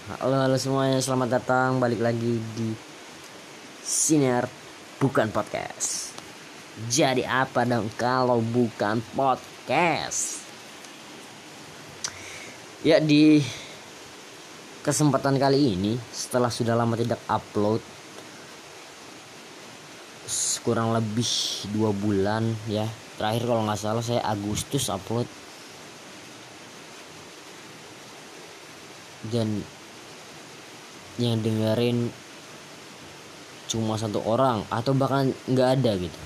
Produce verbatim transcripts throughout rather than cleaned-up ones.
Halo, halo semuanya, selamat datang balik lagi di Siniar Bukan Podcast. Jadi apa dong kalau bukan podcast? Ya, di kesempatan kali ini, setelah sudah lama tidak upload, kurang lebih dua bulan ya. Terakhir kalau nggak salah saya Agustus upload. Dan yang dengerin cuma satu orang atau bahkan nggak ada gitu.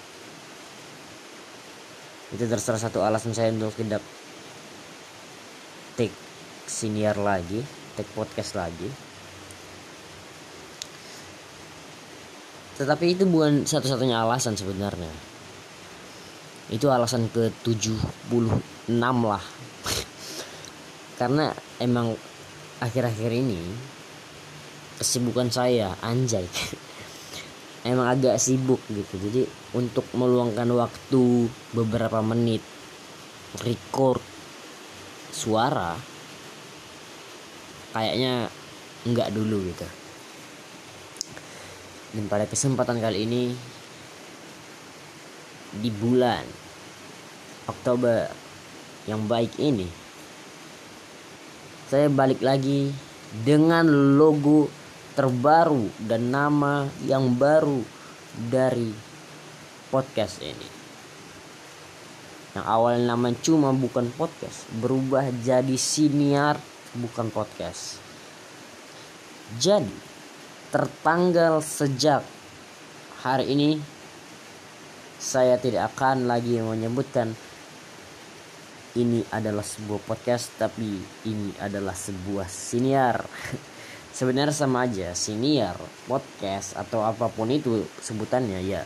Itu terserah satu alasan saya untuk tidak take siniar lagi, take podcast lagi. Tetapi itu bukan satu-satunya alasan sebenarnya. Itu alasan ke tujuh puluh enam lah. Karena emang akhir-akhir ini kesibukan saya anjay emang agak sibuk gitu. Jadi untuk meluangkan waktu beberapa menit record suara kayaknya enggak dulu gitu. Dan pada kesempatan kali ini di bulan Oktober yang baik ini, saya balik lagi dengan logo terbaru dan nama yang baru dari podcast ini. Yang awalnya nama cuma bukan podcast, berubah jadi Siniar Bukan Podcast. Jadi tertanggal sejak hari ini saya tidak akan lagi menyebutkan ini adalah sebuah podcast, tapi ini adalah sebuah siniar. Sebenarnya sama aja, siniar, podcast atau apapun itu sebutannya ya.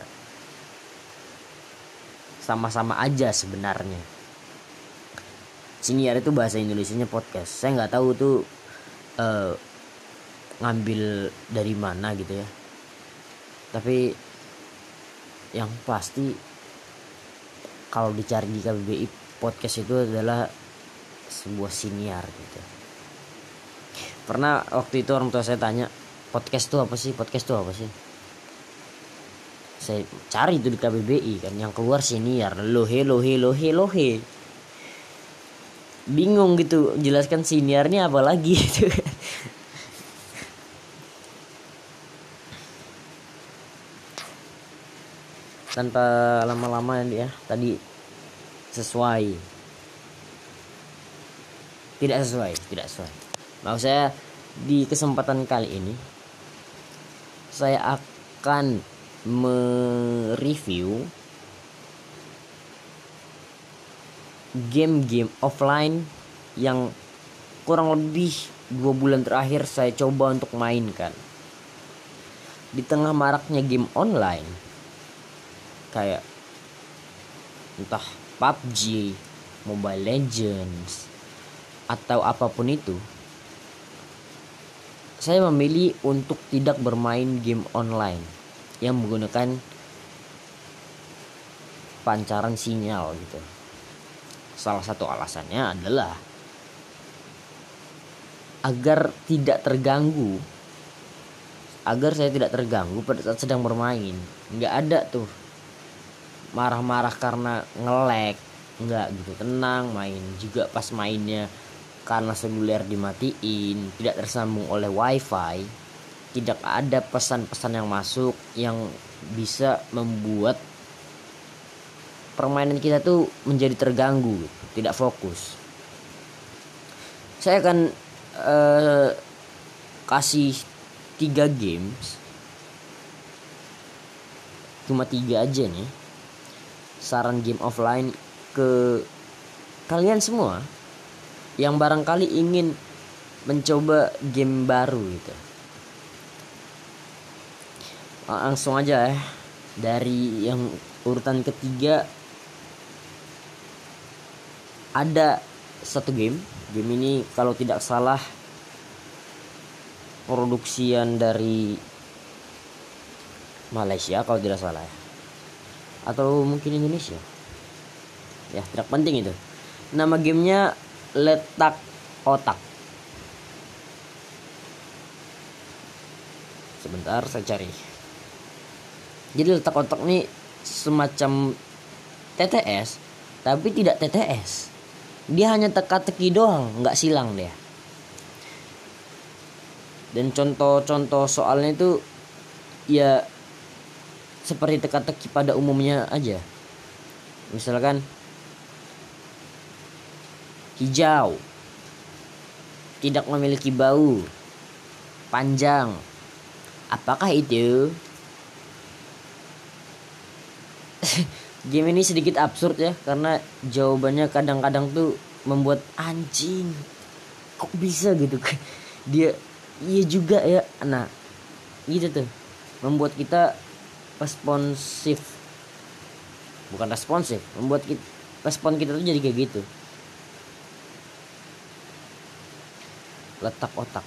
Sama-sama aja sebenarnya. Siniar itu bahasa Indonesianya podcast. Saya nggak tahu tuh uh, ngambil dari mana gitu ya. Tapi yang pasti kalau dicari di K B B I, podcast itu adalah sebuah siniar gitu. Pernah waktu itu orang tua saya tanya, podcast itu apa sih? Podcast itu apa sih? Saya cari itu di K B B I kan, yang keluar siniar. Lohe lohe lohe lohe. Bingung gitu jelaskan siniarnya apa lagi gitu. Tanpa lama-lama ya, tadi sesuai tidak sesuai tidak sesuai mau saya di kesempatan kali ini saya akan mereview game-game offline yang kurang lebih dua bulan terakhir saya coba untuk mainkan. Di tengah maraknya game online kayak entah P U B G, Mobile Legends, atau apapun itu, saya memilih untuk tidak bermain game online yang menggunakan pancaran sinyal gitu. Salah satu alasannya adalah agar tidak terganggu, agar saya tidak terganggu pada saat sedang bermain. Nggak ada tuh marah-marah karena nge-lag, enggak gitu, tenang main. Juga pas mainnya karena seluler dimatiin, tidak tersambung oleh wifi, tidak ada pesan-pesan yang masuk yang bisa membuat permainan kita tuh menjadi terganggu, tidak fokus. Saya akan uh, kasih tiga games, cuma tiga aja nih, saran game offline ke kalian semua yang barangkali ingin mencoba game baru gitu. Langsung aja ya, dari yang urutan ketiga ada satu game. Game ini kalau tidak salah produksian dari Malaysia kalau tidak salah ya, atau mungkin Indonesia ya, tidak penting itu. Nama gamenya Letak Otak. Sebentar saya cari. Jadi letak otak nih semacam T T S, tapi tidak T T S. Dia hanya teka-teki doang, nggak silang dia. Dan contoh-contoh soalnya itu ya seperti teka-teki pada umumnya aja. Misalkan hijau, tidak memiliki bau, panjang. Apakah itu? Game ini sedikit absurd ya, karena jawabannya kadang-kadang tuh membuat anjing. Kok bisa gitu? Dia iya juga ya. Nah, gitu tuh. Membuat kita responsif. Bukan responsif, membuat kita, respon kita tuh jadi kayak gitu. Letak otak.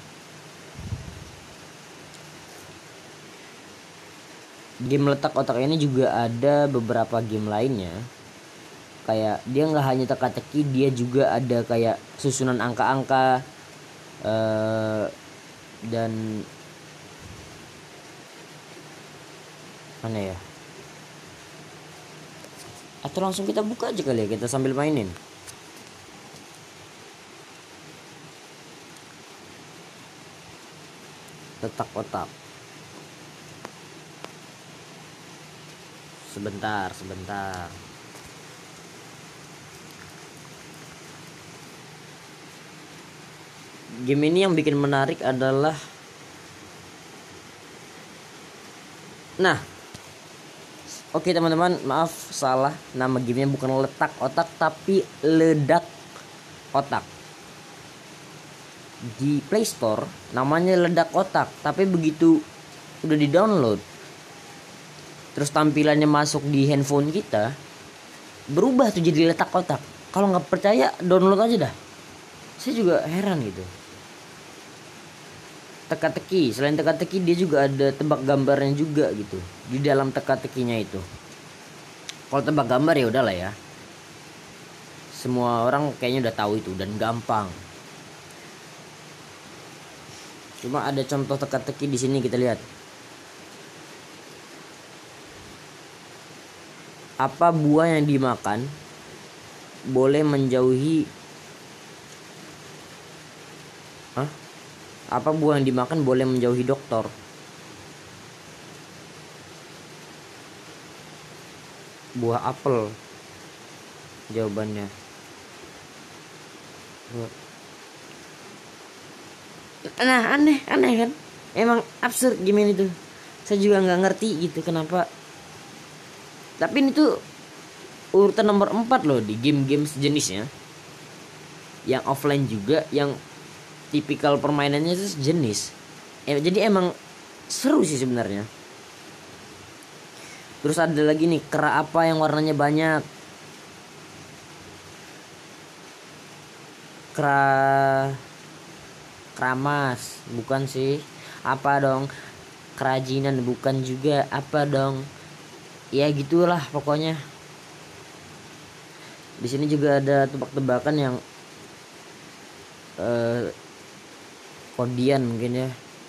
Game letak otak ini juga ada beberapa game lainnya. Kayak dia nggak hanya teka-teki, dia juga ada kayak susunan angka-angka uh, dan mana ya? Atau langsung kita buka aja kali ya, kita sambil mainin. Letak otak. Sebentar, sebentar. Game ini yang bikin menarik adalah, nah, oke teman-teman, maaf salah, nama gamenya bukan letak otak tapi ledak otak. Di Play Store namanya ledak otak, tapi begitu udah di download terus tampilannya masuk di handphone kita, berubah tuh jadi letak otak. Kalau nggak percaya download aja dah. Saya juga heran gitu. Teka-teki, selain teka-teki dia juga ada tebak gambarnya juga gitu di dalam teka-tekinya itu. Kalau tebak gambar ya udahlah ya, semua orang kayaknya udah tahu itu dan gampang. Cuma ada contoh teka-teki di sini, kita lihat. Apa buah yang dimakan boleh menjauhi Hah? Apa buah yang dimakan boleh menjauhi dokter? Buah apel jawabannya. Nah, aneh, aneh kan? Emang absurd game ini tuh. Saya juga nggak ngerti gitu kenapa. Tapi ini tuh urutan nomor empat loh di game-game sejenisnya. Yang offline juga, yang tipikal permainannya itu sejenis. Eh, jadi emang seru sih sebenarnya. Terus ada lagi nih, kera apa yang warnanya banyak? Kera Keramas, bukan sih. Apa dong? Kerajinan, bukan juga. Apa dong? Ya gitulah pokoknya. Di sini juga ada tebak-tebakan yang eh, kodian mungkin ya.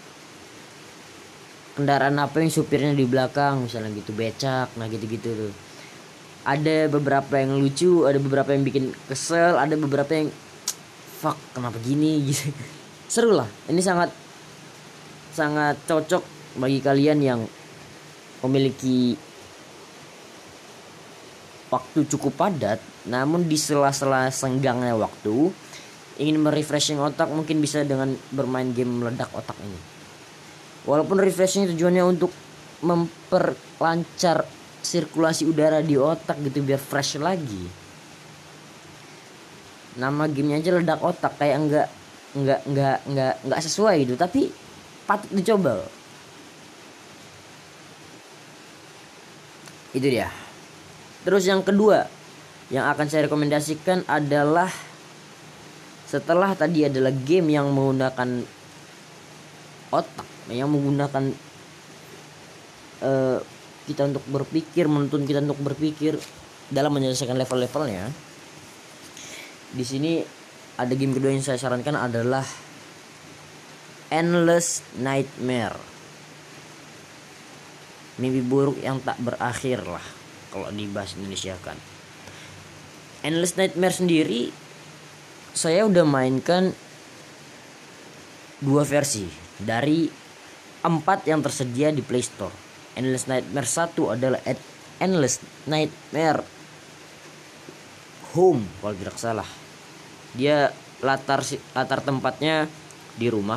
Kendaraan apa yang supirnya di belakang, misalnya gitu, becak. Nah gitu-gitu tuh. Ada beberapa yang lucu, ada beberapa yang bikin kesel, ada beberapa yang fuck kenapa gini gitu. Seru lah. Ini sangat sangat cocok bagi kalian yang memiliki waktu cukup padat, namun di sela-sela senggangnya waktu ingin merefreshing otak, mungkin bisa dengan bermain game meledak otak ini. Walaupun refreshing tujuannya untuk memperlancar sirkulasi udara di otak gitu biar fresh lagi. Nama gamenya aja ledak otak, kayak enggak enggak enggak enggak enggak sesuai gitu, tapi patut dicoba. Itu dia. Terus yang kedua yang akan saya rekomendasikan adalah, setelah tadi adalah game yang menggunakan otak, yang menggunakan uh, kita untuk berpikir, menuntun kita untuk berpikir dalam menyelesaikan level-levelnya. Di sini ada game kedua yang saya sarankan adalah Endless Nightmare. mimpi buruk yang tak berakhir lah kalau dibahas Indonesia kan. Endless Nightmare sendiri saya udah mainkan dua versi dari empat yang tersedia di Play Store. Endless Nightmare satu adalah Endless Nightmare Home kalau tidak salah. Dia latar latar tempatnya di rumah.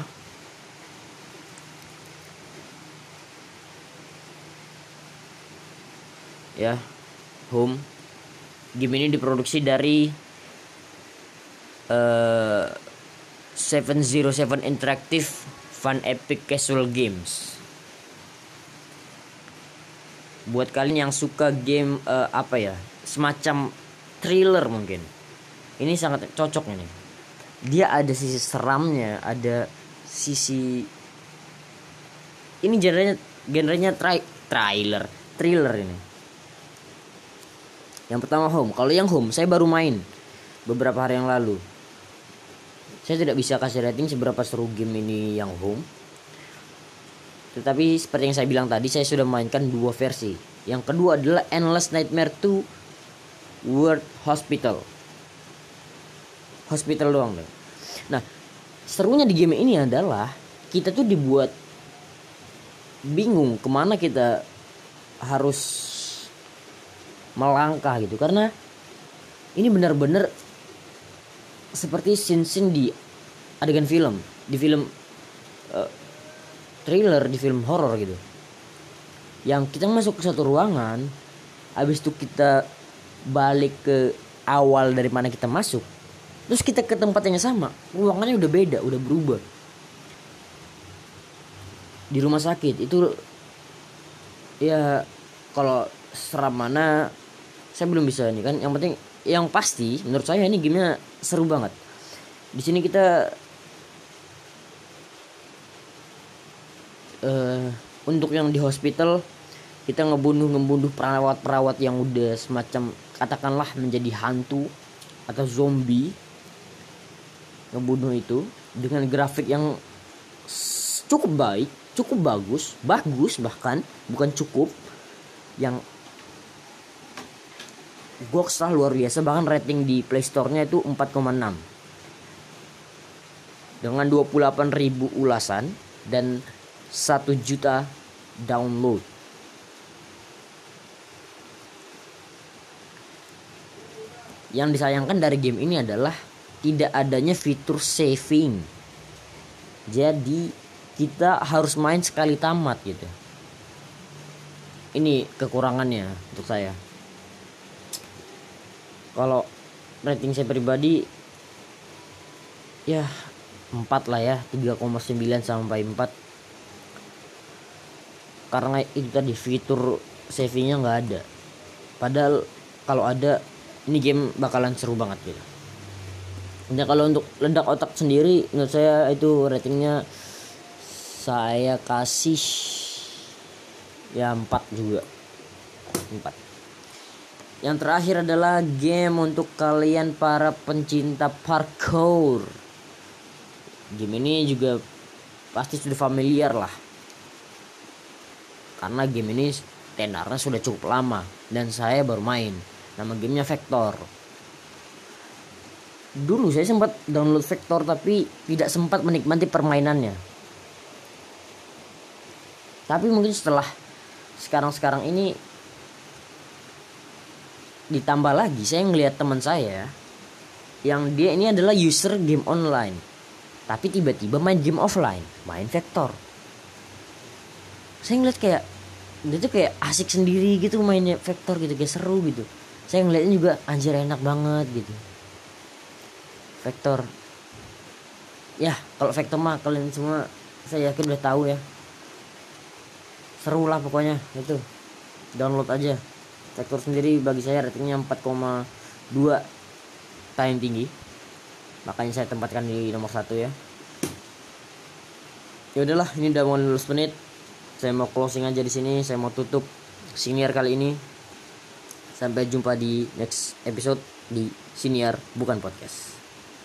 Ya, Home. Game ini diproduksi dari uh, tujuh nol tujuh Interactive Fun Epic Casual Games. Buat kalian yang suka game uh, apa ya, semacam thriller mungkin, ini sangat cocok ini. Dia ada sisi seramnya, ada sisi ini genrenya genrenya tri trailer thriller ini. Yang pertama Home. Kalau yang Home saya baru main beberapa hari yang lalu. Saya tidak bisa kasih rating seberapa seru game ini yang Home. Tetapi seperti yang saya bilang tadi, saya sudah mainkan dua versi. Yang kedua adalah Endless Nightmare dua World Hospital. Hospital doang deh. Nah, serunya di game ini adalah kita tuh dibuat bingung kemana kita harus melangkah gitu, karena ini benar-benar seperti scene-scene di adegan film, di film uh, thriller, di film horor gitu. Yang kita masuk ke satu ruangan, habis itu kita balik ke awal dari mana kita masuk, terus kita ke tempat yang sama, ruangannya udah beda, udah berubah. Di rumah sakit itu ya, kalau seram mana saya belum bisa nih kan. Yang penting, yang pasti menurut saya ini gamenya seru banget. Di sini kita uh, untuk yang di hospital, kita ngebunuh ngebunuh perawat-perawat yang udah semacam katakanlah menjadi hantu atau zombie. Ngebunuh itu dengan grafik yang cukup baik, cukup bagus, bagus bahkan bukan cukup, yang goks lah, luar biasa. Bahkan rating di Play Store-nya itu empat koma enam dengan dua puluh delapan ribu ulasan dan satu juta download. Yang disayangkan dari game ini adalah tidak adanya fitur saving. Jadi kita harus main sekali tamat gitu. Ini kekurangannya untuk saya. Kalau rating saya pribadi ya empat lah ya, tiga koma sembilan sampai empat. Karena itu tadi fitur savingnya nggak ada. Padahal kalau ada, ini game bakalan seru banget gitu. Nah, kalau untuk ledak otak sendiri menurut saya itu ratingnya saya kasih ya empat juga. empat. Yang terakhir adalah game untuk kalian para pencinta parkour. Game ini juga pasti sudah familiar lah, karena game ini tenarannya sudah cukup lama dan saya baru main. Nama gamenya Vector. Dulu saya sempat download Vector tapi tidak sempat menikmati permainannya. Tapi mungkin setelah sekarang-sekarang ini ditambah lagi, saya ngelihat teman saya yang dia ini adalah user game online, tapi tiba-tiba main game offline, main Vector. Saya ngeliat kayak dia tuh kayak asik sendiri gitu mainnya Vector gitu, kayak seru gitu. Saya ngeliatnya juga anjir enak banget gitu. Vector. Ya, kalau Vector mah kalian semua saya yakin udah tahu ya. Seru lah pokoknya itu. Download aja. Vector sendiri bagi saya ratingnya empat koma dua, paling tinggi. Makanya saya tempatkan di nomor satu ya. Ya udahlah, ini udah mau lulus menit. Saya mau closing aja di sini. Saya mau tutup siniar kali ini. Sampai jumpa di next episode di Siniar Bukan Podcast.